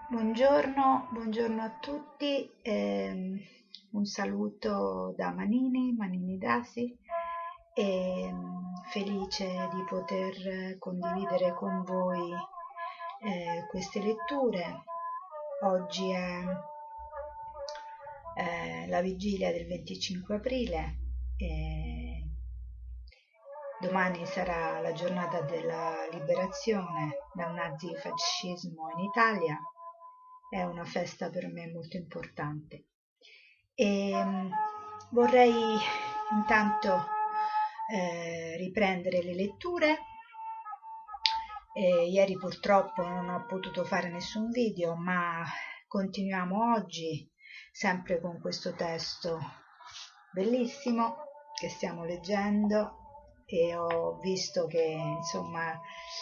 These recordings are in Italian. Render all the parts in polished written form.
Buongiorno a tutti, un saluto da Manini Dasi e felice di poter condividere con voi queste letture. Oggi è la vigilia del 25 aprile e domani sarà la giornata della liberazione dal nazifascismo in Italia. È una festa per me molto importante e vorrei intanto riprendere le letture. Ieri purtroppo non ho potuto fare nessun video, ma continuiamo oggi sempre con questo testo bellissimo che stiamo leggendo e ho visto che insomma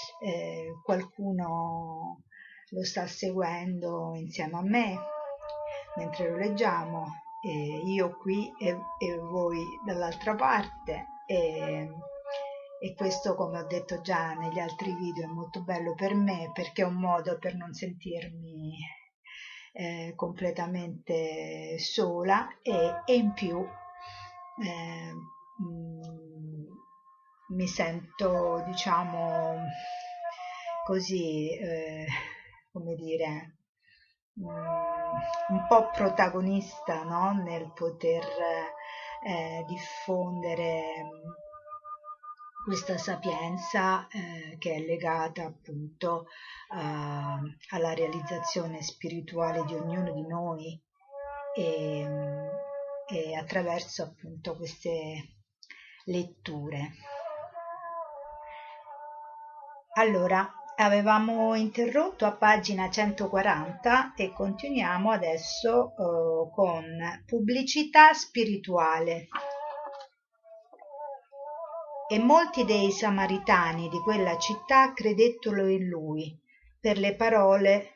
qualcuno lo sta seguendo insieme a me mentre lo leggiamo, io qui e voi dall'altra parte, e questo, come ho detto già negli altri video, è molto bello per me perché è un modo per non sentirmi completamente sola e in più mi sento, diciamo così, come dire, un po' protagonista, no? Nel poter diffondere questa sapienza che è legata appunto alla realizzazione spirituale di ognuno di noi e, e attraverso appunto queste letture. Allora, avevamo interrotto a pagina 140 e continuiamo adesso con pubblicità spirituale. E molti dei samaritani di quella città credettero in lui per le parole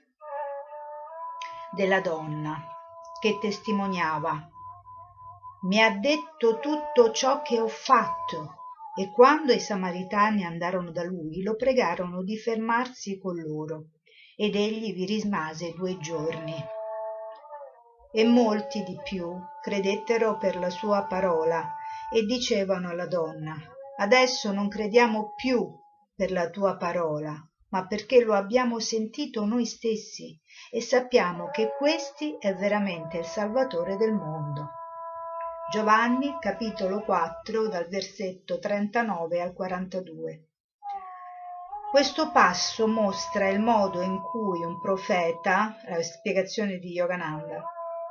della donna che testimoniava: mi ha detto tutto ciò che ho fatto. E quando i samaritani andarono da lui, lo pregarono di fermarsi con loro, ed egli vi rimase 2 giorni. E molti di più credettero per la sua parola e dicevano alla donna: adesso non crediamo più per la tua parola, ma perché lo abbiamo sentito noi stessi e sappiamo che questi è veramente il Salvatore del mondo. Giovanni, capitolo 4, dal versetto 39 al 42. Questo passo mostra il modo in cui un profeta, la spiegazione di Yogananda,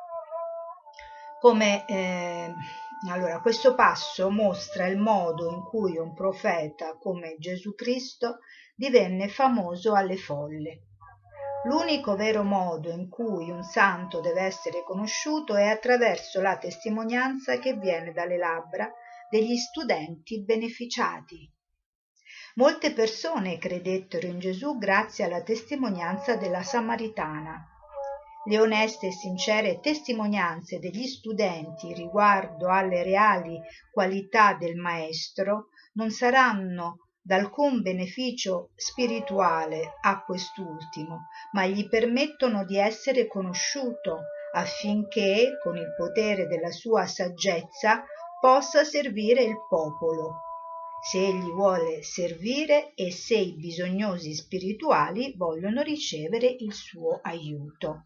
questo passo mostra il modo in cui un profeta come Gesù Cristo divenne famoso alle folle. L'unico vero modo in cui un santo deve essere conosciuto è attraverso la testimonianza che viene dalle labbra degli studenti beneficiati. Molte persone credettero in Gesù grazie alla testimonianza della Samaritana. Le oneste e sincere testimonianze degli studenti riguardo alle reali qualità del Maestro non saranno d'alcun beneficio spirituale a quest'ultimo, ma gli permettono di essere conosciuto affinché, con il potere della sua saggezza, possa servire il popolo, se egli vuole servire e se i bisognosi spirituali vogliono ricevere il suo aiuto.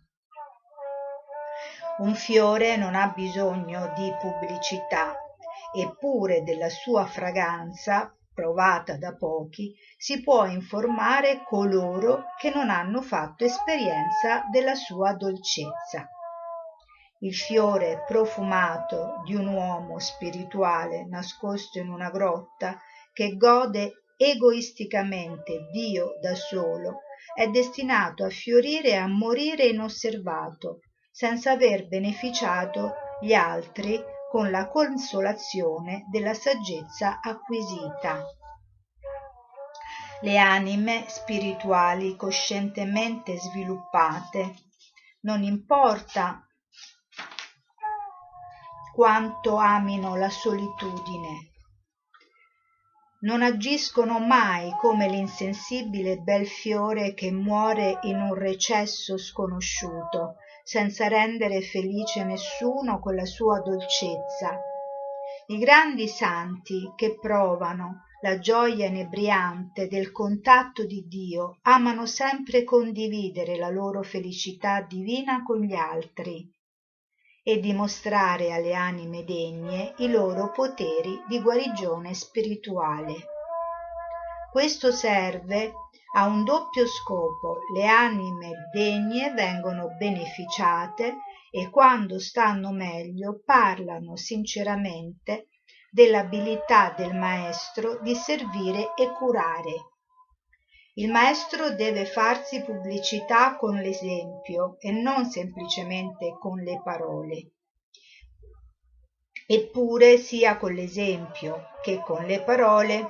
Un fiore non ha bisogno di pubblicità, eppure della sua fragranza, provata da pochi, si può informare coloro che non hanno fatto esperienza della sua dolcezza. Il fiore profumato di un uomo spirituale nascosto in una grotta che gode egoisticamente Dio da solo è destinato a fiorire e a morire inosservato, senza aver beneficiato gli altri con la consolazione della saggezza acquisita. Le anime spirituali coscientemente sviluppate, non importa quanto amino la solitudine, non agiscono mai come l'insensibile bel fiore che muore in un recesso sconosciuto, senza rendere felice nessuno con la sua dolcezza. I grandi santi che provano la gioia inebriante del contatto di Dio amano sempre condividere la loro felicità divina con gli altri e dimostrare alle anime degne i loro poteri di guarigione spirituale. Questo serve a un doppio scopo: le anime degne vengono beneficiate e quando stanno meglio parlano sinceramente dell'abilità del maestro di servire e curare. Il maestro deve farsi pubblicità con l'esempio e non semplicemente con le parole. Eppure sia con l'esempio che con le parole,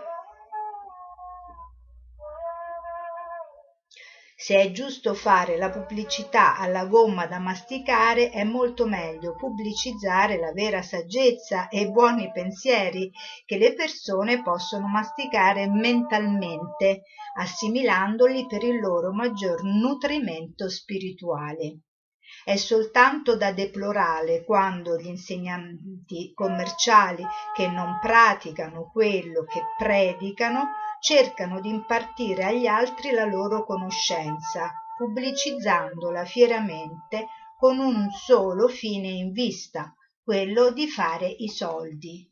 se è giusto fare la pubblicità alla gomma da masticare, è molto meglio pubblicizzare la vera saggezza e i buoni pensieri che le persone possono masticare mentalmente, assimilandoli per il loro maggior nutrimento spirituale. È soltanto da deplorare quando gli insegnanti commerciali che non praticano quello che predicano cercano di impartire agli altri la loro conoscenza, pubblicizzandola fieramente con un solo fine in vista, quello di fare i soldi.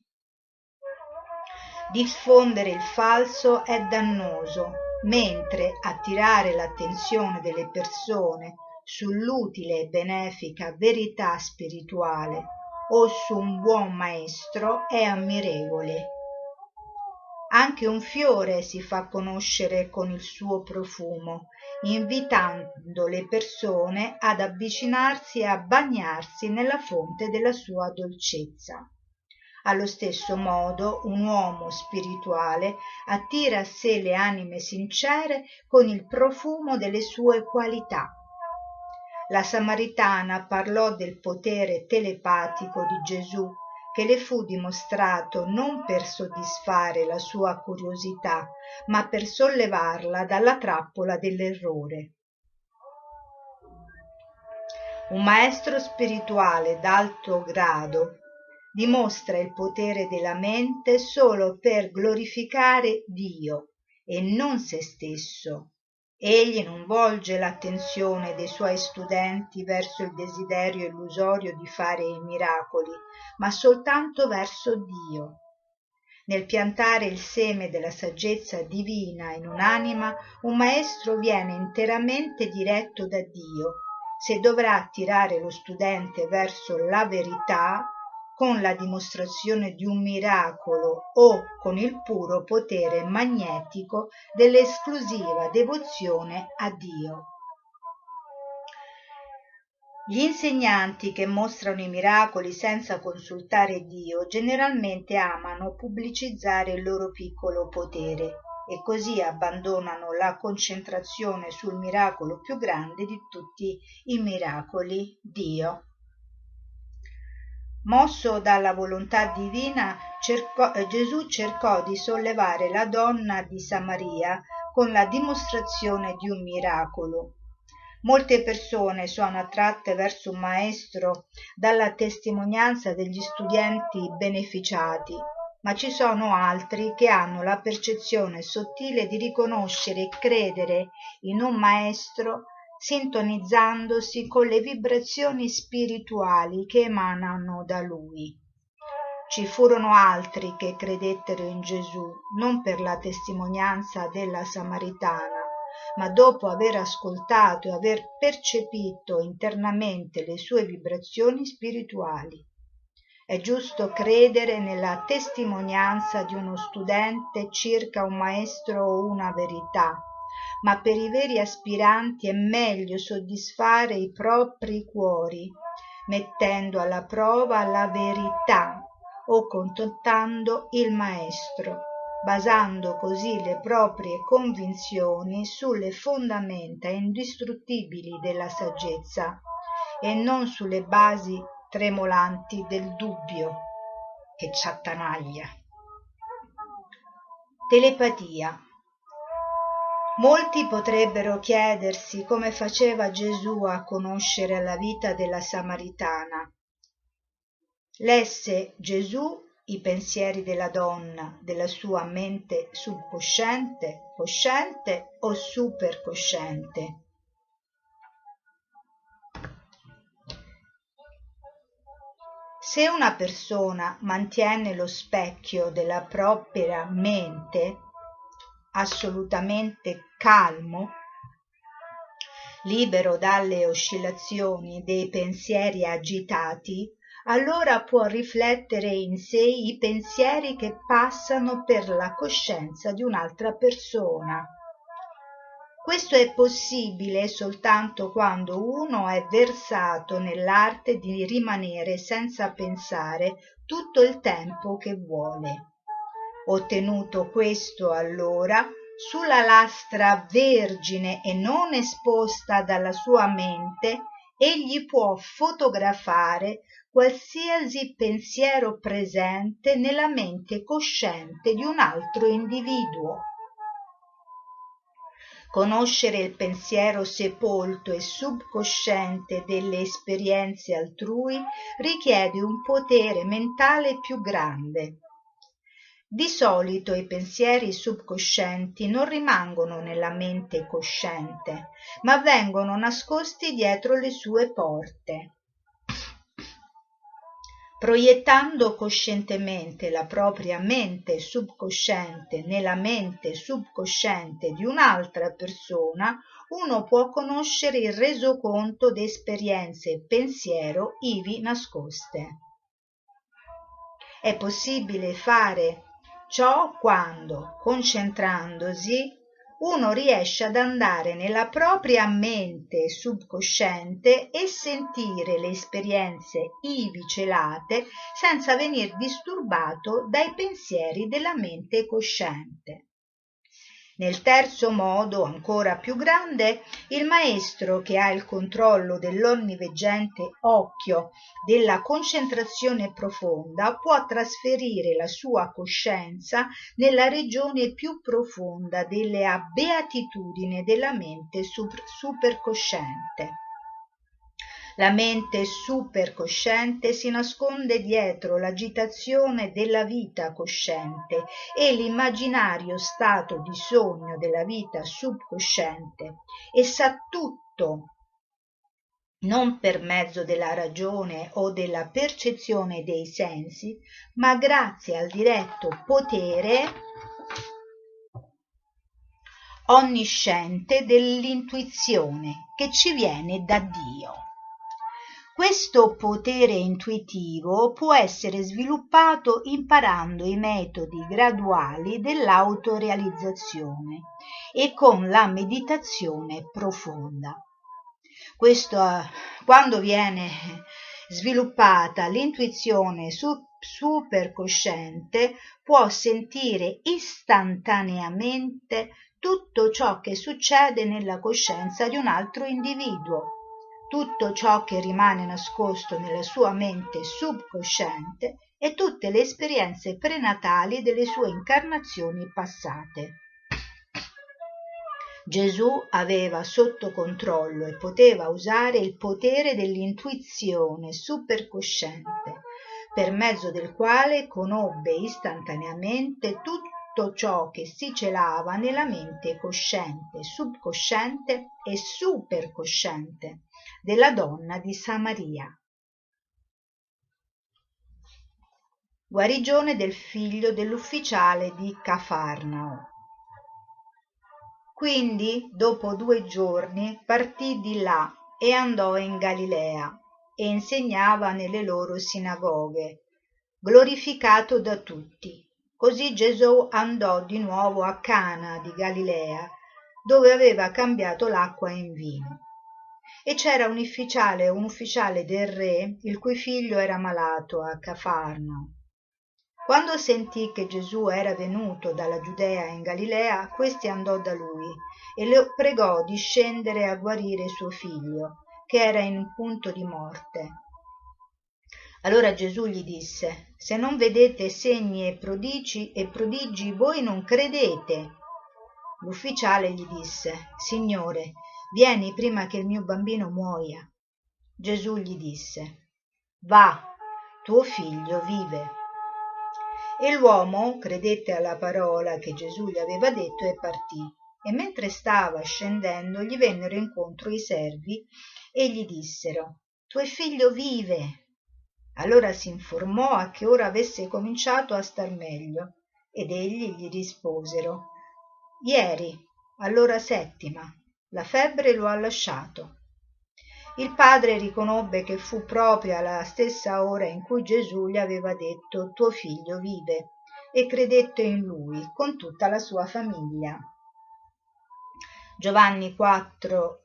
Diffondere il falso è dannoso, mentre attirare l'attenzione delle persone sull'utile e benefica verità spirituale o su un buon maestro è ammirevole. Anche un fiore si fa conoscere con il suo profumo, invitando le persone ad avvicinarsi e a bagnarsi nella fonte della sua dolcezza. Allo stesso modo un uomo spirituale attira a sé le anime sincere con il profumo delle sue qualità. La Samaritana parlò del potere telepatico di Gesù, che le fu dimostrato non per soddisfare la sua curiosità, ma per sollevarla dalla trappola dell'errore. Un maestro spirituale d'alto grado dimostra il potere della mente solo per glorificare Dio e non se stesso. Egli non volge l'attenzione dei suoi studenti verso il desiderio illusorio di fare i miracoli, ma soltanto verso Dio. Nel piantare il seme della saggezza divina in un'anima, un maestro viene interamente diretto da Dio. Se dovrà attirare lo studente verso la verità, con la dimostrazione di un miracolo o con il puro potere magnetico dell'esclusiva devozione a Dio. Gli insegnanti che mostrano i miracoli senza consultare Dio generalmente amano pubblicizzare il loro piccolo potere e così abbandonano la concentrazione sul miracolo più grande di tutti i miracoli, Dio. Mosso dalla volontà divina, Gesù cercò di sollevare la donna di Samaria con la dimostrazione di un miracolo. Molte persone sono attratte verso un maestro dalla testimonianza degli studenti beneficiati, ma ci sono altri che hanno la percezione sottile di riconoscere e credere in un maestro sintonizzandosi con le vibrazioni spirituali che emanano da lui. Ci furono altri che credettero in Gesù non per la testimonianza della Samaritana, ma dopo aver ascoltato e aver percepito internamente le sue vibrazioni spirituali. È giusto credere nella testimonianza di uno studente circa un maestro o una verità, ma per i veri aspiranti è meglio soddisfare i propri cuori, mettendo alla prova la verità o contattando il maestro, basando così le proprie convinzioni sulle fondamenta indistruttibili della saggezza e non sulle basi tremolanti del dubbio che ci attanaglia. Telepatia. Molti potrebbero chiedersi come faceva Gesù a conoscere la vita della Samaritana. Lesse Gesù i pensieri della donna, della sua mente subconsciente, cosciente o supercosciente? Se una persona mantiene lo specchio della propria mente assolutamente calmo, libero dalle oscillazioni dei pensieri agitati, allora può riflettere in sé i pensieri che passano per la coscienza di un'altra persona. Questo è possibile soltanto quando uno è versato nell'arte di rimanere senza pensare tutto il tempo che vuole. Ottenuto questo, allora, sulla lastra vergine e non esposta dalla sua mente, egli può fotografare qualsiasi pensiero presente nella mente cosciente di un altro individuo. Conoscere il pensiero sepolto e subconsciente delle esperienze altrui richiede un potere mentale più grande. Di solito i pensieri subconscienti non rimangono nella mente cosciente, ma vengono nascosti dietro le sue porte. Proiettando coscientemente la propria mente subconsciente nella mente subconsciente di un'altra persona, uno può conoscere il resoconto di esperienze e pensiero ivi nascoste. È possibile fare ciò quando, concentrandosi, uno riesce ad andare nella propria mente subconsciente e sentire le esperienze ivi celate senza venir disturbato dai pensieri della mente cosciente. Nel terzo modo, ancora più grande, il maestro che ha il controllo dell'onniveggente occhio della concentrazione profonda può trasferire la sua coscienza nella regione più profonda delle beatitudini della mente supercosciente. La mente supercosciente si nasconde dietro l'agitazione della vita cosciente e l'immaginario stato di sogno della vita subconsciente e sa tutto, non per mezzo della ragione o della percezione dei sensi, ma grazie al diretto potere onnisciente dell'intuizione che ci viene da Dio. Questo potere intuitivo può essere sviluppato imparando i metodi graduali dell'autorealizzazione e con la meditazione profonda. Quando viene sviluppata l'intuizione supercosciente, può sentire istantaneamente tutto ciò che succede nella coscienza di un altro individuo. Tutto ciò che rimane nascosto nella sua mente subconsciente e tutte le esperienze prenatali delle sue incarnazioni passate. Gesù aveva sotto controllo e poteva usare il potere dell'intuizione supercosciente, per mezzo del quale conobbe istantaneamente tutto ciò che si celava nella mente cosciente, subconsciente e supercosciente della donna di Samaria. Guarigione del figlio dell'ufficiale di Cafarnao. Quindi, dopo 2 giorni, partì di là e andò in Galilea e insegnava nelle loro sinagoghe, glorificato da tutti. Così Gesù andò di nuovo a Cana di Galilea, dove aveva cambiato l'acqua in vino. E c'era un ufficiale del re, il cui figlio era malato a Cafarnao. Quando sentì che Gesù era venuto dalla Giudea in Galilea, questi andò da lui e lo pregò di scendere a guarire suo figlio, che era in punto di morte. Allora Gesù gli disse: se non vedete segni e prodigi, voi non credete. L'ufficiale gli disse: Signore, vieni prima che il mio bambino muoia. Gesù gli disse: va, tuo figlio vive. E l'uomo credette alla parola che Gesù gli aveva detto e partì. E mentre stava scendendo gli vennero incontro i servi e gli dissero: tuo figlio vive. Allora si informò a che ora avesse cominciato a star meglio, ed egli gli risposero: ieri, all'ora 7, la febbre lo ha lasciato. Il padre riconobbe che fu proprio alla stessa ora in cui Gesù gli aveva detto: tuo figlio vive, e credette in lui con tutta la sua famiglia. Giovanni 4,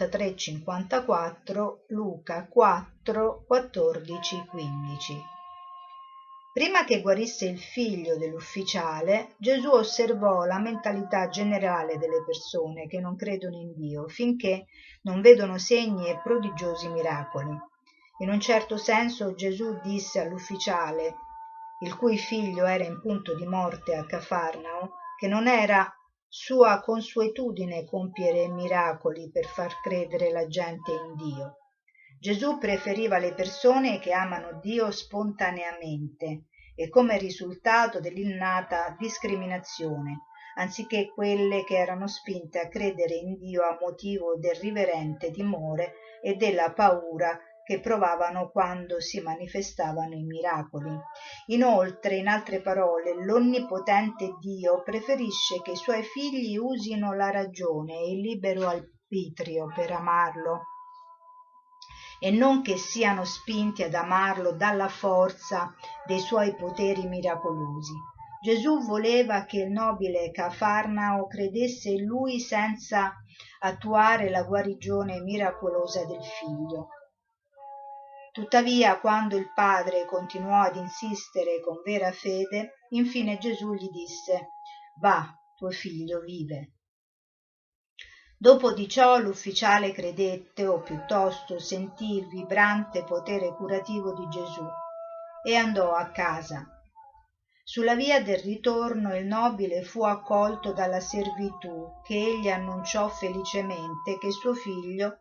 43-54, Luca 4, 14-15. Prima che guarisse il figlio dell'ufficiale, Gesù osservò la mentalità generale delle persone che non credono in Dio finché non vedono segni e prodigiosi miracoli. In un certo senso Gesù disse all'ufficiale, il cui figlio era in punto di morte a Cafarnao, che non era sua consuetudine compiere miracoli per far credere la gente in Dio. Gesù preferiva le persone che amano Dio spontaneamente e come risultato dell'innata discriminazione, anziché quelle che erano spinte a credere in Dio a motivo del riverente timore e della paura che provavano quando si manifestavano i miracoli. Inoltre, in altre parole, l'onnipotente Dio preferisce che i suoi figli usino la ragione e il libero arbitrio per amarlo e non che siano spinti ad amarlo dalla forza dei suoi poteri miracolosi. Gesù voleva che il nobile Cafarnao credesse in lui senza attuare la guarigione miracolosa del figlio. Tuttavia, quando il padre continuò ad insistere con vera fede, infine Gesù gli disse: va, tuo figlio vive. Dopo di ciò l'ufficiale credette, o piuttosto sentì il vibrante potere curativo di Gesù, e andò a casa. Sulla via del ritorno il nobile fu accolto dalla servitù che gli annunciò felicemente che suo figlio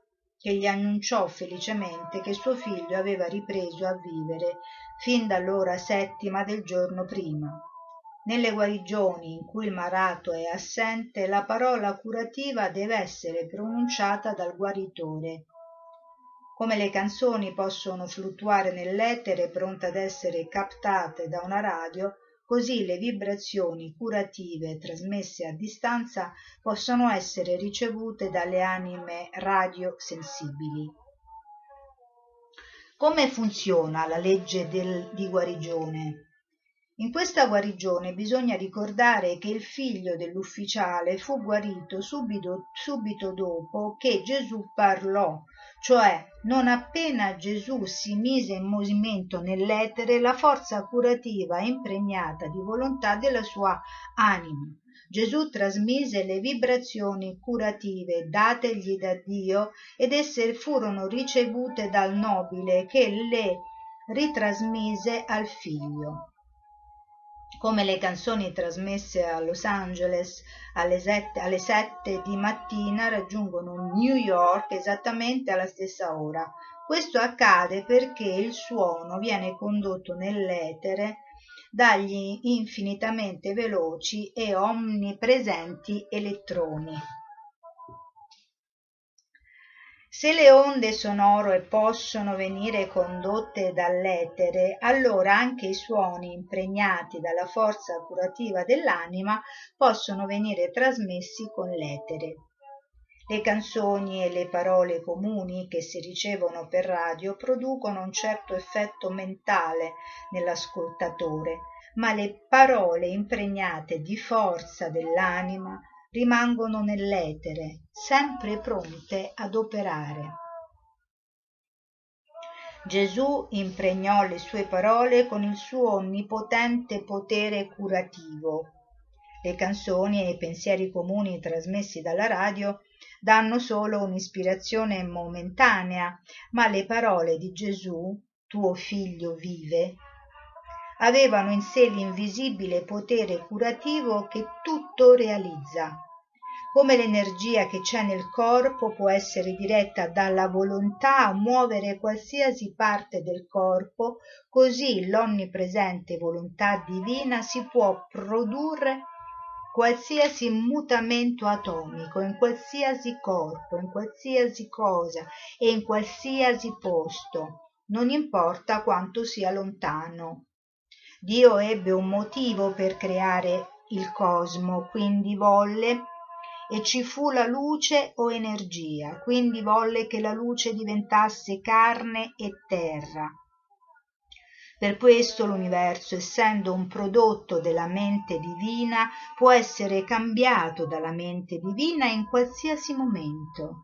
aveva ripreso a vivere fin dall'ora 7 del giorno prima. Nelle guarigioni in cui il malato è assente, la parola curativa deve essere pronunciata dal guaritore. Come le canzoni possono fluttuare nell'etere pronte ad essere captate da una radio, così le vibrazioni curative trasmesse a distanza possono essere ricevute dalle anime radiosensibili. Come funziona la legge di guarigione? In questa guarigione bisogna ricordare che il figlio dell'ufficiale fu guarito subito dopo che Gesù parlò, cioè non appena Gesù si mise in movimento nell'etere, la forza curativa impregnata di volontà della sua anima. Gesù trasmise le vibrazioni curative dategli da Dio ed esse furono ricevute dal nobile che le ritrasmise al figlio. Come le canzoni trasmesse a Los Angeles alle 7 di mattina raggiungono New York esattamente alla stessa ora. Questo accade perché il suono viene condotto nell'etere dagli infinitamente veloci e omnipresenti elettroni. Se le onde sonore possono venire condotte dall'etere, allora anche i suoni impregnati dalla forza curativa dell'anima possono venire trasmessi con l'etere. Le canzoni e le parole comuni che si ricevono per radio producono un certo effetto mentale nell'ascoltatore, ma le parole impregnate di forza dell'anima rimangono nell'etere, sempre pronte ad operare. Gesù impregnò le sue parole con il suo onnipotente potere curativo. Le canzoni e i pensieri comuni trasmessi dalla radio danno solo un'ispirazione momentanea, ma le parole di Gesù, tuo figlio vive, avevano in sé l'invisibile potere curativo che tutto realizza. Come l'energia che c'è nel corpo può essere diretta dalla volontà a muovere qualsiasi parte del corpo, così l'onnipresente volontà divina si può produrre qualsiasi mutamento atomico, in qualsiasi corpo, in qualsiasi cosa e in qualsiasi posto, non importa quanto sia lontano. Dio ebbe un motivo per creare il cosmo, quindi volle e ci fu la luce o energia, quindi volle che la luce diventasse carne e terra. Per questo l'universo, essendo un prodotto della mente divina, può essere cambiato dalla mente divina in qualsiasi momento.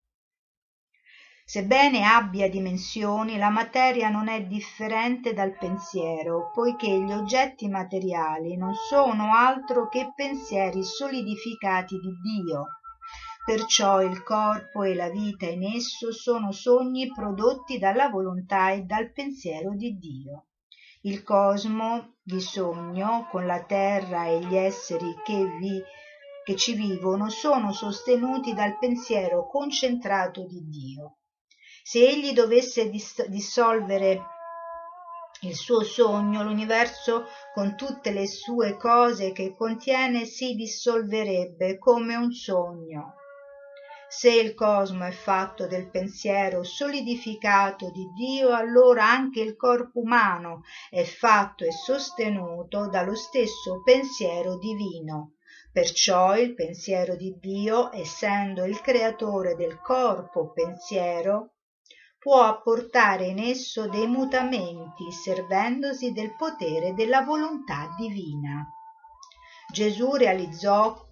Sebbene abbia dimensioni, la materia non è differente dal pensiero, poiché gli oggetti materiali non sono altro che pensieri solidificati di Dio. Perciò il corpo e la vita in esso sono sogni prodotti dalla volontà e dal pensiero di Dio. Il cosmo di sogno, con la terra e gli esseri che ci vivono, sono sostenuti dal pensiero concentrato di Dio. Se egli dovesse dissolvere il suo sogno, l'universo con tutte le sue cose che contiene si dissolverebbe come un sogno. Se il cosmo è fatto del pensiero solidificato di Dio, allora anche il corpo umano è fatto e sostenuto dallo stesso pensiero divino. Perciò il pensiero di Dio, essendo il creatore del corpo pensiero, può apportare in esso dei mutamenti servendosi del potere della volontà divina. Gesù realizzò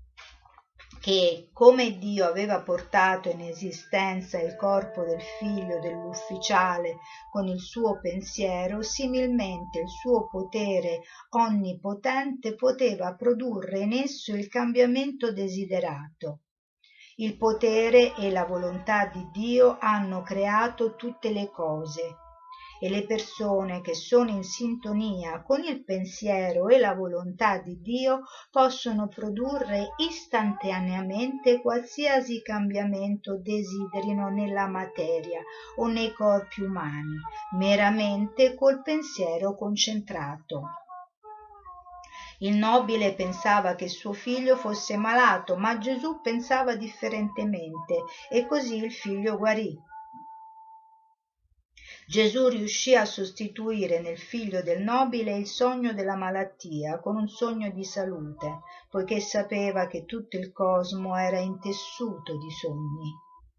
che, come Dio aveva portato in esistenza il corpo del figlio dell'ufficiale con il suo pensiero, similmente il suo potere onnipotente poteva produrre in esso il cambiamento desiderato. Il potere e la volontà di Dio hanno creato tutte le cose e le persone che sono in sintonia con il pensiero e la volontà di Dio possono produrre istantaneamente qualsiasi cambiamento desiderino nella materia o nei corpi umani, meramente col pensiero concentrato. Il nobile pensava che suo figlio fosse malato, ma Gesù pensava differentemente e così il figlio guarì. Gesù riuscì a sostituire nel figlio del nobile il sogno della malattia con un sogno di salute, poiché sapeva che tutto il cosmo era intessuto di sogni.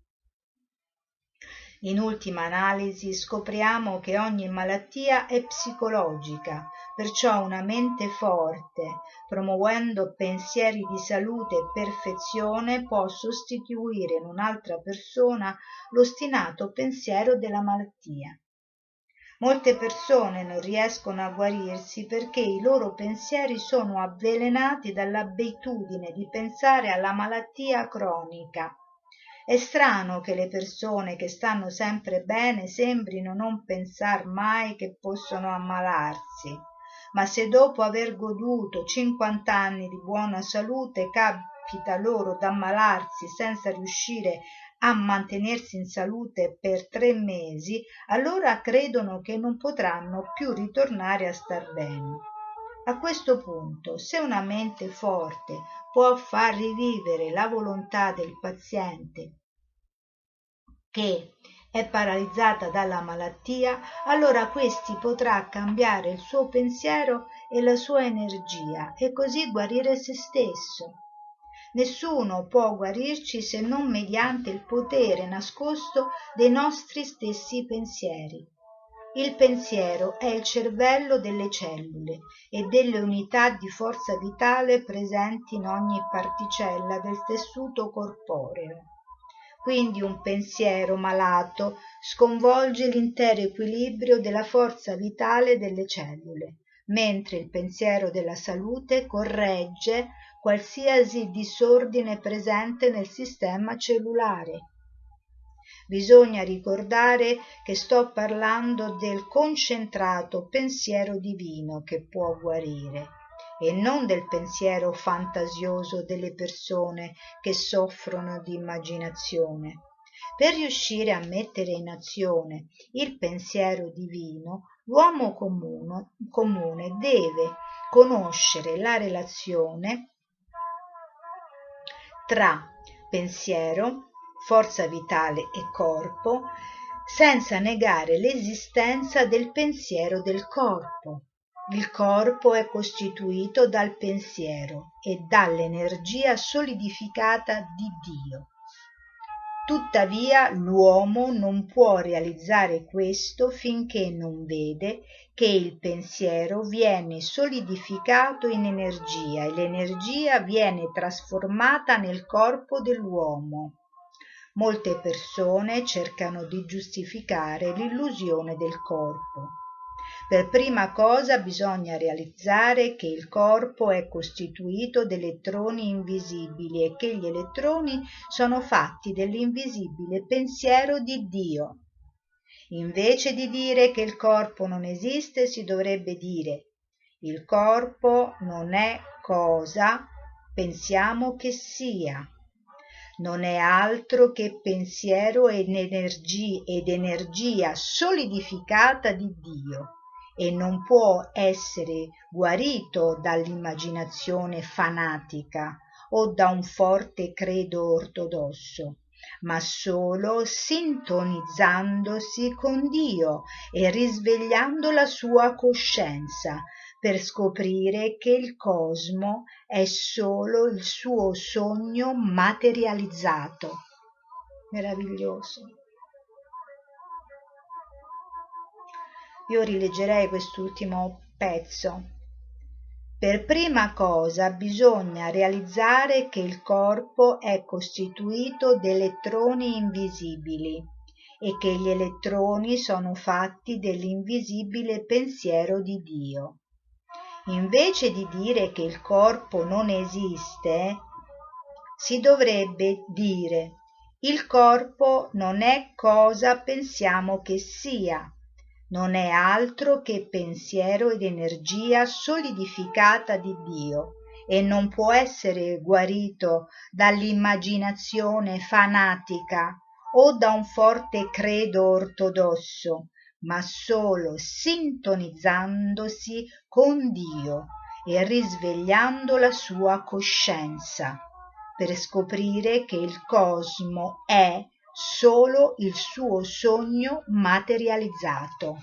In ultima analisi scopriamo che ogni malattia è psicologica, perciò una mente forte, promuovendo pensieri di salute e perfezione, può sostituire in un'altra persona l'ostinato pensiero della malattia. Molte persone non riescono a guarirsi perché i loro pensieri sono avvelenati dall'abitudine di pensare alla malattia cronica. È strano che le persone che stanno sempre bene sembrino non pensar mai che possono ammalarsi, ma se dopo aver goduto 50 anni di buona salute capita loro d'ammalarsi senza riuscire a mantenersi in salute per 3 mesi, allora credono che non potranno più ritornare a star bene. A questo punto, se una mente forte può far rivivere la volontà del paziente che è paralizzata dalla malattia, allora questi potrà cambiare il suo pensiero e la sua energia e così guarire se stesso. Nessuno può guarirci se non mediante il potere nascosto dei nostri stessi pensieri. Il pensiero è il cervello delle cellule e delle unità di forza vitale presenti in ogni particella del tessuto corporeo. Quindi un pensiero malato sconvolge l'intero equilibrio della forza vitale delle cellule, mentre il pensiero della salute corregge qualsiasi disordine presente nel sistema cellulare. Bisogna ricordare che sto parlando del concentrato pensiero divino che può guarire e non del pensiero fantasioso delle persone che soffrono di immaginazione. Per riuscire a mettere in azione il pensiero divino, l'uomo comune deve conoscere la relazione tra pensiero, forza vitale e corpo, senza negare l'esistenza del pensiero del corpo. Il corpo è costituito dal pensiero e dall'energia solidificata di Dio. Tuttavia l'uomo non può realizzare questo finché non vede che il pensiero viene solidificato in energia e l'energia viene trasformata nel corpo dell'uomo. Molte persone cercano di giustificare l'illusione del corpo. Per prima cosa bisogna realizzare che il corpo è costituito da elettroni invisibili e che gli elettroni sono fatti dell'invisibile pensiero di Dio. Invece di dire che il corpo non esiste, si dovrebbe dire: il corpo non è cosa pensiamo che sia. Non è altro che pensiero ed energia solidificata di Dio e non può essere guarito dall'immaginazione fanatica o da un forte credo ortodosso, ma solo sintonizzandosi con Dio e risvegliando la sua coscienza per scoprire che il cosmo è solo il suo sogno materializzato. Meraviglioso. Io rileggerei quest'ultimo pezzo. Per prima cosa bisogna realizzare che il corpo è costituito da elettroni invisibili e che gli elettroni sono fatti dell'invisibile pensiero di Dio. Invece di dire che il corpo non esiste, si dovrebbe dire: il corpo non è cosa pensiamo che sia. Non è altro che pensiero ed energia solidificata di Dio e non può essere guarito dall'immaginazione fanatica o da un forte credo ortodosso, ma solo sintonizzandosi con Dio e risvegliando la sua coscienza per scoprire che il cosmo è solo il suo sogno materializzato.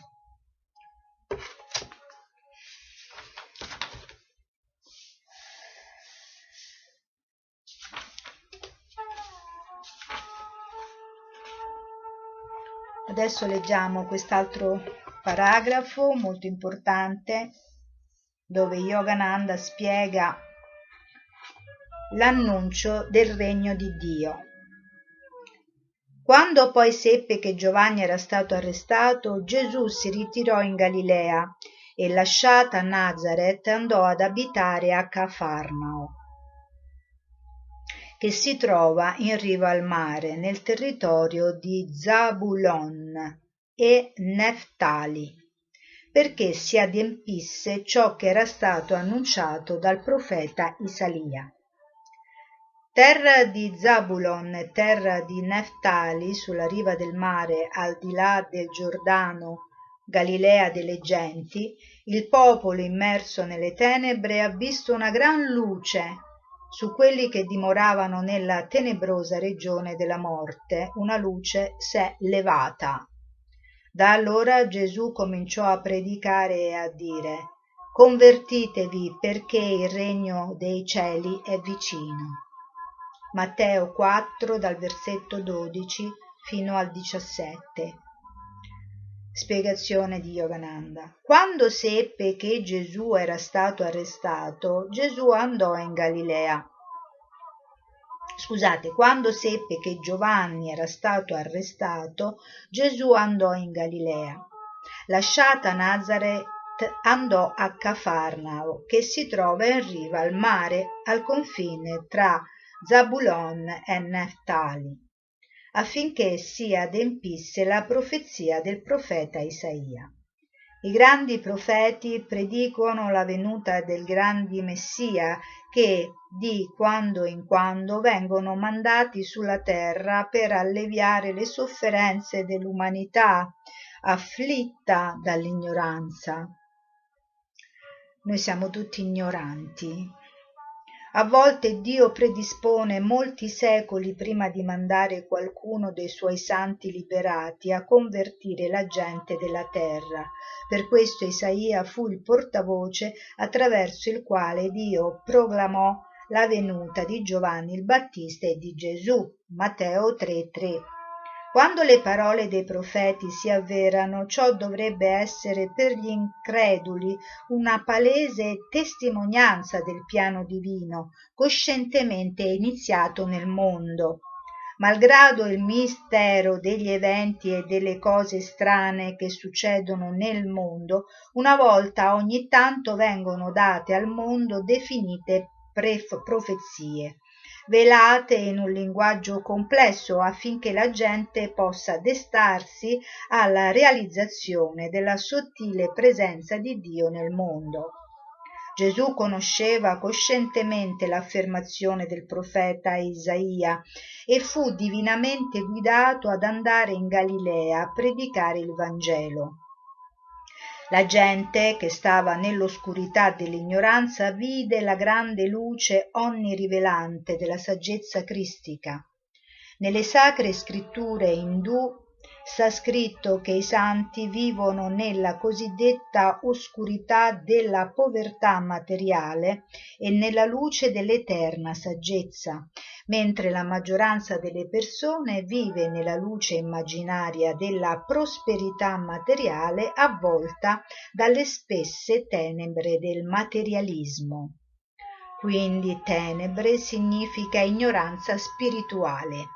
Adesso leggiamo quest'altro paragrafo molto importante dove Yogananda spiega l'annuncio del regno di Dio. Quando poi seppe che Giovanni era stato arrestato, Gesù si ritirò in Galilea e, lasciata Nazareth, andò ad abitare a Cafarnao, che si trova in riva al mare, nel territorio di Zabulon e Neftali, perché si adempisse ciò che era stato annunciato dal profeta Isaia. Terra di Zabulon e terra di Neftali, sulla riva del mare, al di là del Giordano, Galilea delle genti, il popolo immerso nelle tenebre ha visto una gran luce. Su quelli che dimoravano nella tenebrosa regione della morte, una luce s'è levata. Da allora Gesù cominciò a predicare e a dire: convertitevi, perché il regno dei cieli è vicino. Matteo 4 dal versetto 12 fino al 17. Spiegazione di Yogananda. Quando seppe che Gesù era stato arrestato, Gesù andò in Galilea. Quando seppe che Giovanni era stato arrestato, Gesù andò in Galilea. Lasciata Nazareth, andò a Cafarnao, che si trova in riva al mare, al confine tra Zabulon e Neftali. affinché si adempisse la profezia del profeta Isaia. I grandi profeti predicono la venuta del grande Messia che di quando in quando vengono mandati sulla terra per alleviare le sofferenze dell'umanità afflitta dall'ignoranza. Noi siamo tutti ignoranti. A volte Dio predispone molti secoli prima di mandare qualcuno dei suoi santi liberati a convertire la gente della terra. Per questo Isaia fu il portavoce attraverso il quale Dio proclamò la venuta di Giovanni il Battista e di Gesù. Matteo 3:3. Quando le parole dei profeti si avverano, ciò dovrebbe essere per gli increduli una palese testimonianza del piano divino coscientemente iniziato nel mondo. Malgrado il mistero degli eventi e delle cose strane che succedono nel mondo, una volta ogni tanto vengono date al mondo definite profezie, velate in un linguaggio complesso affinché la gente possa destarsi alla realizzazione della sottile presenza di Dio nel mondo. Gesù conosceva coscientemente l'affermazione del profeta Isaia e fu divinamente guidato ad andare in Galilea a predicare il Vangelo. La gente che stava nell'oscurità dell'ignoranza vide la grande luce onnirivelante della saggezza cristica. Nelle sacre scritture indù sta scritto che i santi vivono nella cosiddetta oscurità della povertà materiale e nella luce dell'eterna saggezza, mentre la maggioranza delle persone vive nella luce immaginaria della prosperità materiale avvolta dalle spesse tenebre del materialismo. Quindi tenebre significa ignoranza spirituale.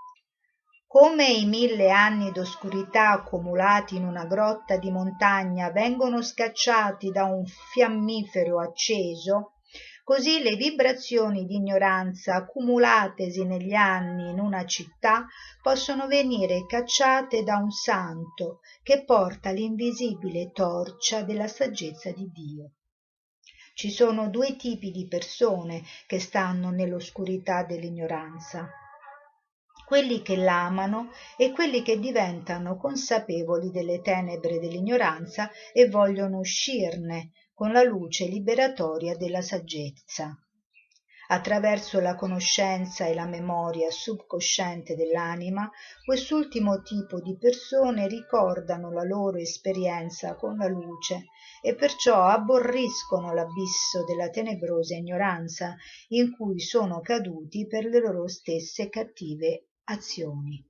Come i 1000 anni d'oscurità accumulati in una grotta di montagna vengono scacciati da un fiammifero acceso, così le vibrazioni di ignoranza accumulatesi negli anni in una città possono venire cacciate da un santo che porta l'invisibile torcia della saggezza di Dio. Ci sono due tipi di persone che stanno nell'oscurità dell'ignoranza: quelli che l'amano e quelli che diventano consapevoli delle tenebre dell'ignoranza e vogliono uscirne con la luce liberatoria della saggezza. Attraverso la conoscenza e la memoria subconsciente dell'anima, quest'ultimo tipo di persone ricordano la loro esperienza con la luce e perciò aborriscono l'abisso della tenebrosa ignoranza in cui sono caduti per le loro stesse cattive azioni.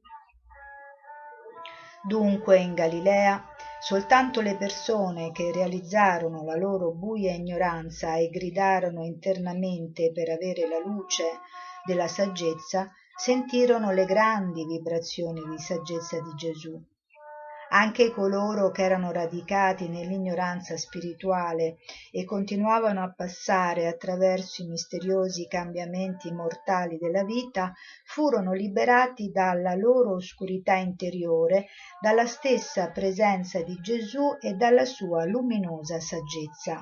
Dunque in Galilea soltanto le persone che realizzarono la loro buia ignoranza e gridarono internamente per avere la luce della saggezza sentirono le grandi vibrazioni di saggezza di Gesù. Anche coloro che erano radicati nell'ignoranza spirituale e continuavano a passare attraverso i misteriosi cambiamenti mortali della vita furono liberati dalla loro oscurità interiore, dalla stessa presenza di Gesù e dalla sua luminosa saggezza.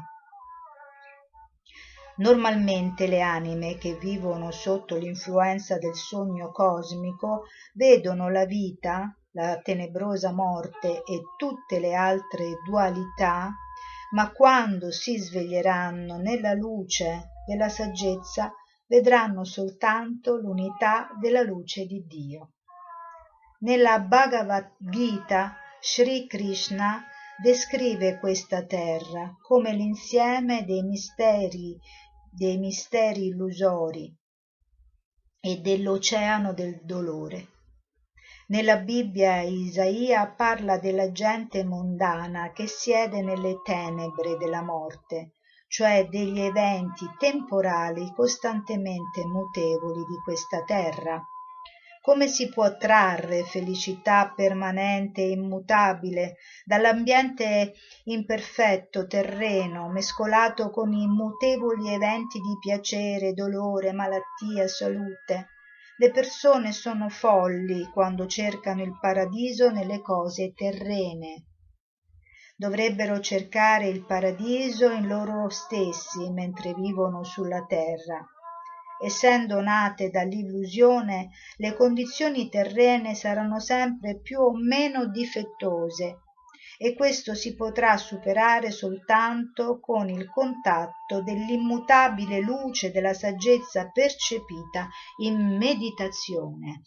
Normalmente le anime che vivono sotto l'influenza del sogno cosmico vedono la vita, la tenebrosa morte e tutte le altre dualità, ma quando si sveglieranno nella luce della saggezza vedranno soltanto l'unità della luce di Dio. Nella Bhagavad Gita Sri Krishna descrive questa terra come l'insieme dei misteri illusori e dell'oceano del dolore. Nella Bibbia Isaia parla della gente mondana che siede nelle tenebre della morte, cioè degli eventi temporali costantemente mutevoli di questa terra. Come si può trarre felicità permanente e immutabile dall'ambiente imperfetto terreno mescolato con i mutevoli eventi di piacere, dolore, malattia, salute? Le persone sono folli quando cercano il paradiso nelle cose terrene. Dovrebbero cercare il paradiso in loro stessi mentre vivono sulla terra. Essendo nate dall'illusione, le condizioni terrene saranno sempre più o meno difettose e questo si potrà superare soltanto con il contatto dell'immutabile luce della saggezza percepita in meditazione.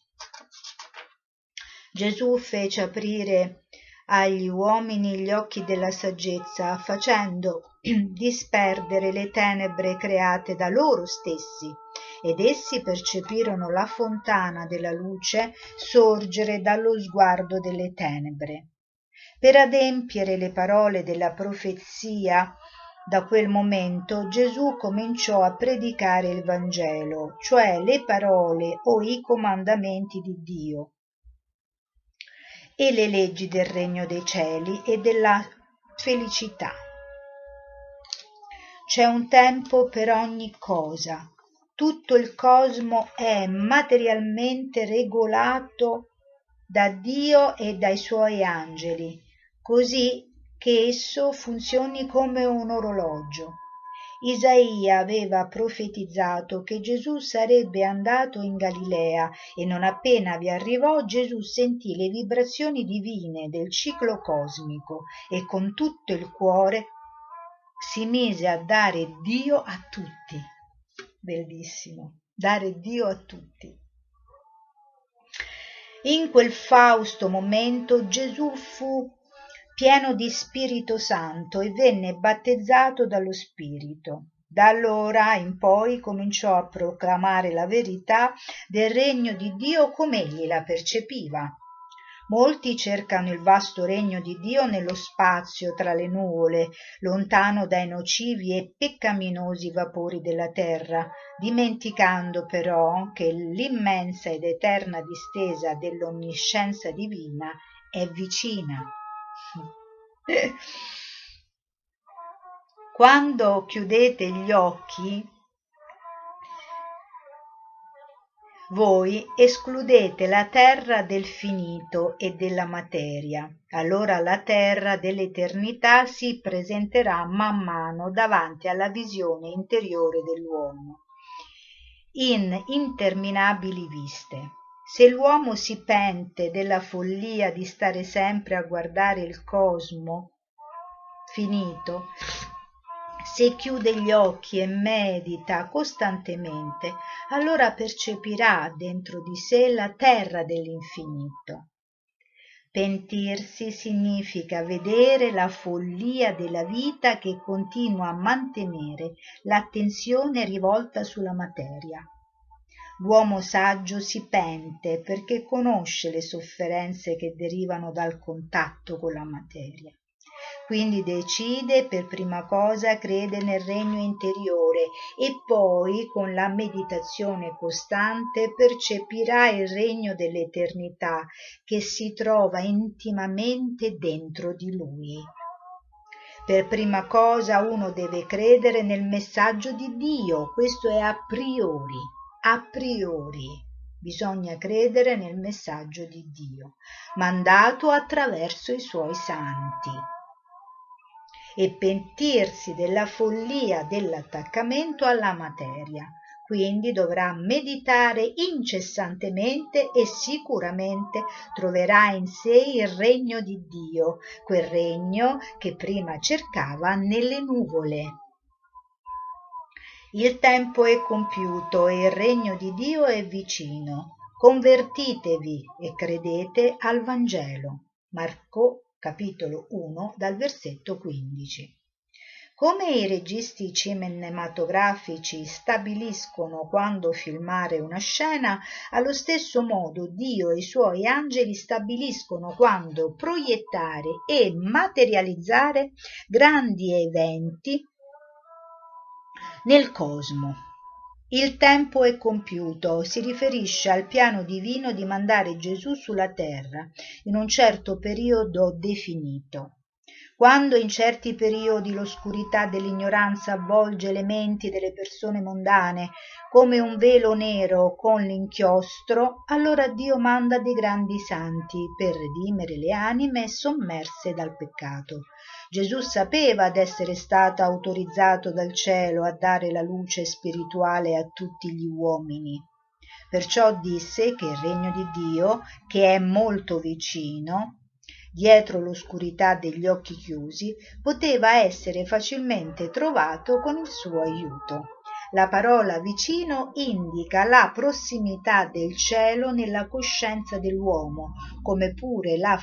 Gesù fece aprire agli uomini gli occhi della saggezza, facendo disperdere le tenebre create da loro stessi, ed essi percepirono la fontana della luce sorgere dallo sguardo delle tenebre. Per adempiere le parole della profezia, da quel momento Gesù cominciò a predicare il Vangelo, cioè le parole o i comandamenti di Dio e le leggi del regno dei cieli e della felicità. C'è un tempo per ogni cosa. Tutto il cosmo è materialmente regolato da Dio e dai suoi angeli, così che esso funzioni come un orologio. Isaia aveva profetizzato che Gesù sarebbe andato in Galilea e non appena vi arrivò Gesù sentì le vibrazioni divine del ciclo cosmico e con tutto il cuore si mise a dare Dio a tutti. Bellissimo, dare Dio a tutti. In quel fausto momento Gesù fu pieno di Spirito Santo e venne battezzato dallo Spirito. Da allora in poi cominciò a proclamare la verità del regno di Dio come egli la percepiva. Molti cercano il vasto regno di Dio nello spazio tra le nuvole, lontano dai nocivi e peccaminosi vapori della terra, dimenticando però che l'immensa ed eterna distesa dell'onniscienza divina è vicina. Quando chiudete gli occhi, voi escludete la terra del finito e della materia. Allora la terra dell'eternità si presenterà man mano davanti alla visione interiore dell'uomo, in interminabili viste. Se l'uomo si pente della follia di stare sempre a guardare il cosmo finito, se chiude gli occhi e medita costantemente, allora percepirà dentro di sé la terra dell'infinito. Pentirsi significa vedere la follia della vita che continua a mantenere l'attenzione rivolta sulla materia. L'uomo saggio si pente perché conosce le sofferenze che derivano dal contatto con la materia. Quindi decide per prima cosa crede nel regno interiore e poi con la meditazione costante percepirà il regno dell'eternità che si trova intimamente dentro di lui. Per prima cosa uno deve credere nel messaggio di Dio, questo è a priori. A priori bisogna credere nel messaggio di Dio, mandato attraverso i suoi santi, e pentirsi della follia dell'attaccamento alla materia. Quindi dovrà meditare incessantemente e sicuramente troverà in sé il regno di Dio, quel regno che prima cercava nelle nuvole. Il tempo è compiuto e il regno di Dio è vicino. Convertitevi e credete al Vangelo. Marco capitolo 1 dal versetto 15. Come i registi cinematografici stabiliscono quando filmare una scena, allo stesso modo Dio e i suoi angeli stabiliscono quando proiettare e materializzare grandi eventi nel cosmo. Il tempo è compiuto si riferisce al piano divino di mandare Gesù sulla terra in un certo periodo definito. Quando in certi periodi l'oscurità dell'ignoranza avvolge le menti delle persone mondane come un velo nero con l'inchiostro, allora Dio manda dei grandi santi per redimere le anime sommerse dal peccato. Gesù sapeva d'essere stato autorizzato dal cielo a dare la luce spirituale a tutti gli uomini. Perciò disse che il regno di Dio, che è molto vicino, dietro l'oscurità degli occhi chiusi, poteva essere facilmente trovato con il suo aiuto. La parola vicino indica la prossimità del cielo nella coscienza dell'uomo, come pure la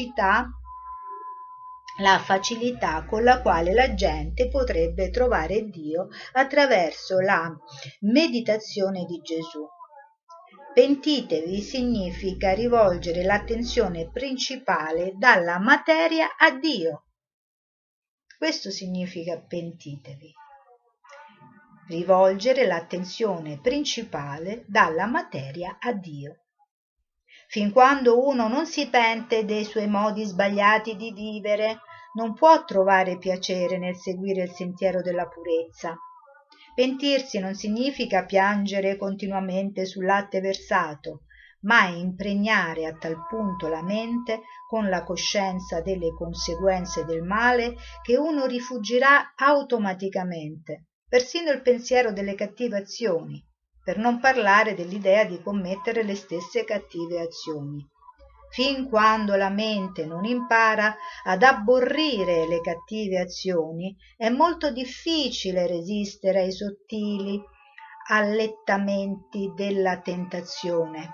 facilità con la quale la gente potrebbe trovare Dio attraverso la meditazione di Gesù. Pentitevi significa rivolgere l'attenzione principale dalla materia a Dio. Questo significa pentitevi. Rivolgere l'attenzione principale dalla materia a Dio. Fin quando uno non si pente dei suoi modi sbagliati di vivere, non può trovare piacere nel seguire il sentiero della purezza. Pentirsi non significa piangere continuamente sul latte versato, ma impregnare a tal punto la mente con la coscienza delle conseguenze del male che uno rifugirà automaticamente, persino il pensiero delle cattive azioni, per non parlare dell'idea di commettere le stesse cattive azioni. Fin quando la mente non impara ad abborrire le cattive azioni, è molto difficile resistere ai sottili allettamenti della tentazione.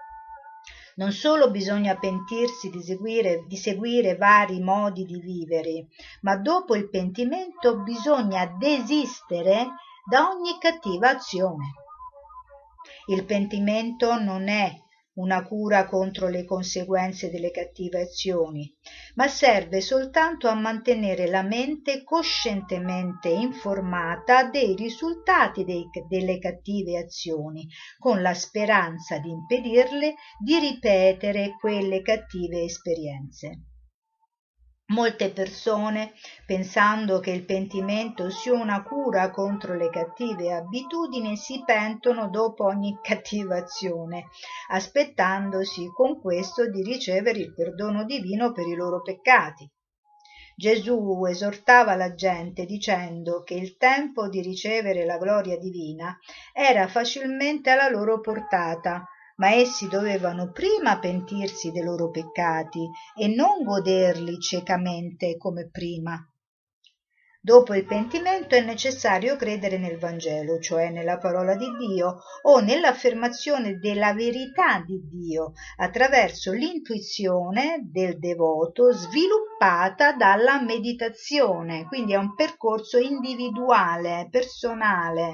Non solo bisogna pentirsi di seguire vari modi di vivere, ma dopo il pentimento bisogna desistere da ogni cattiva azione. Il pentimento non è una cura contro le conseguenze delle cattive azioni, ma serve soltanto a mantenere la mente coscientemente informata dei risultati delle cattive azioni, con la speranza di impedirle di ripetere quelle cattive esperienze. Molte persone, pensando che il pentimento sia una cura contro le cattive abitudini, si pentono dopo ogni cattiva azione, aspettandosi con questo di ricevere il perdono divino per i loro peccati. Gesù esortava la gente dicendo che il tempo di ricevere la gloria divina era facilmente alla loro portata, ma essi dovevano prima pentirsi dei loro peccati e non goderli ciecamente come prima. Dopo il pentimento è necessario credere nel Vangelo, cioè nella parola di Dio o nell'affermazione della verità di Dio attraverso l'intuizione del devoto sviluppata dalla meditazione, quindi è un percorso individuale, personale.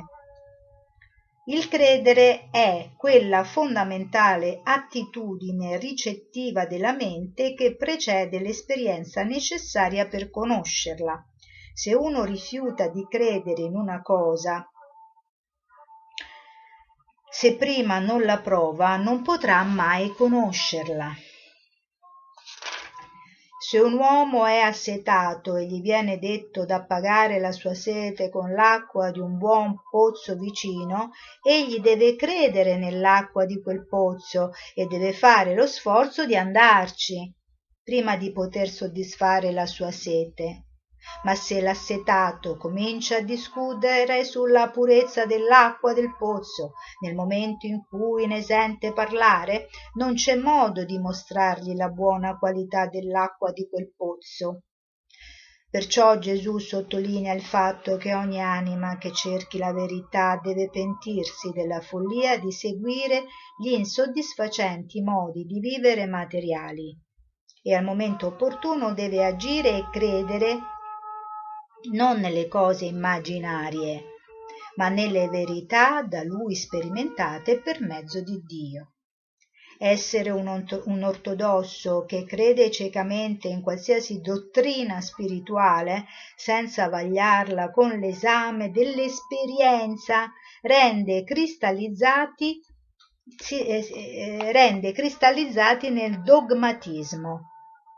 Il credere è quella fondamentale attitudine ricettiva della mente che precede l'esperienza necessaria per conoscerla. Se uno rifiuta di credere in una cosa, se prima non la prova, non potrà mai conoscerla. Se un uomo è assetato e gli viene detto d'appagare la sua sete con l'acqua di un buon pozzo vicino, egli deve credere nell'acqua di quel pozzo e deve fare lo sforzo di andarci prima di poter soddisfare la sua sete. Ma se l'assetato comincia a discutere sulla purezza dell'acqua del pozzo nel momento in cui ne sente parlare, non c'è modo di mostrargli la buona qualità dell'acqua di quel pozzo. Perciò Gesù sottolinea il fatto che ogni anima che cerchi la verità deve pentirsi della follia di seguire gli insoddisfacenti modi di vivere materiali e al momento opportuno deve agire e credere non nelle cose immaginarie, ma nelle verità da lui sperimentate per mezzo di Dio. Essere un ortodosso che crede ciecamente in qualsiasi dottrina spirituale senza vagliarla con l'esame dell'esperienza rende cristallizzati nel dogmatismo.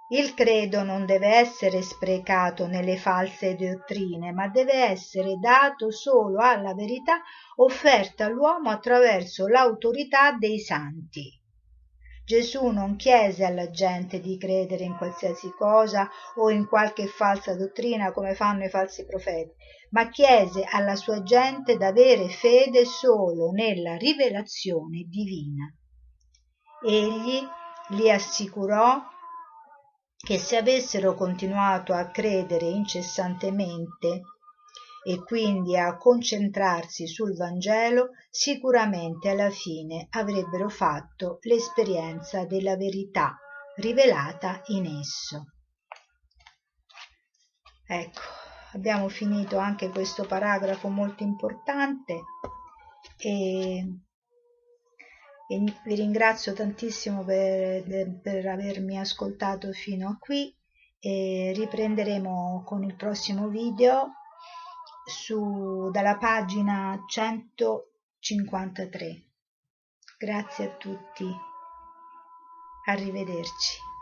Il credo non deve essere sprecato nelle false dottrine, ma deve essere dato solo alla verità offerta all'uomo attraverso l'autorità dei santi. Gesù non chiese alla gente di credere in qualsiasi cosa o in qualche falsa dottrina come fanno i falsi profeti, ma chiese alla sua gente d'avere fede solo nella rivelazione divina. Egli li assicurò che se avessero continuato a credere incessantemente e quindi a concentrarsi sul Vangelo, sicuramente alla fine avrebbero fatto l'esperienza della verità rivelata in esso. Ecco, abbiamo finito anche questo paragrafo molto importante e vi ringrazio tantissimo per avermi ascoltato fino a qui e riprenderemo con il prossimo video dalla pagina 153. Grazie a tutti, arrivederci.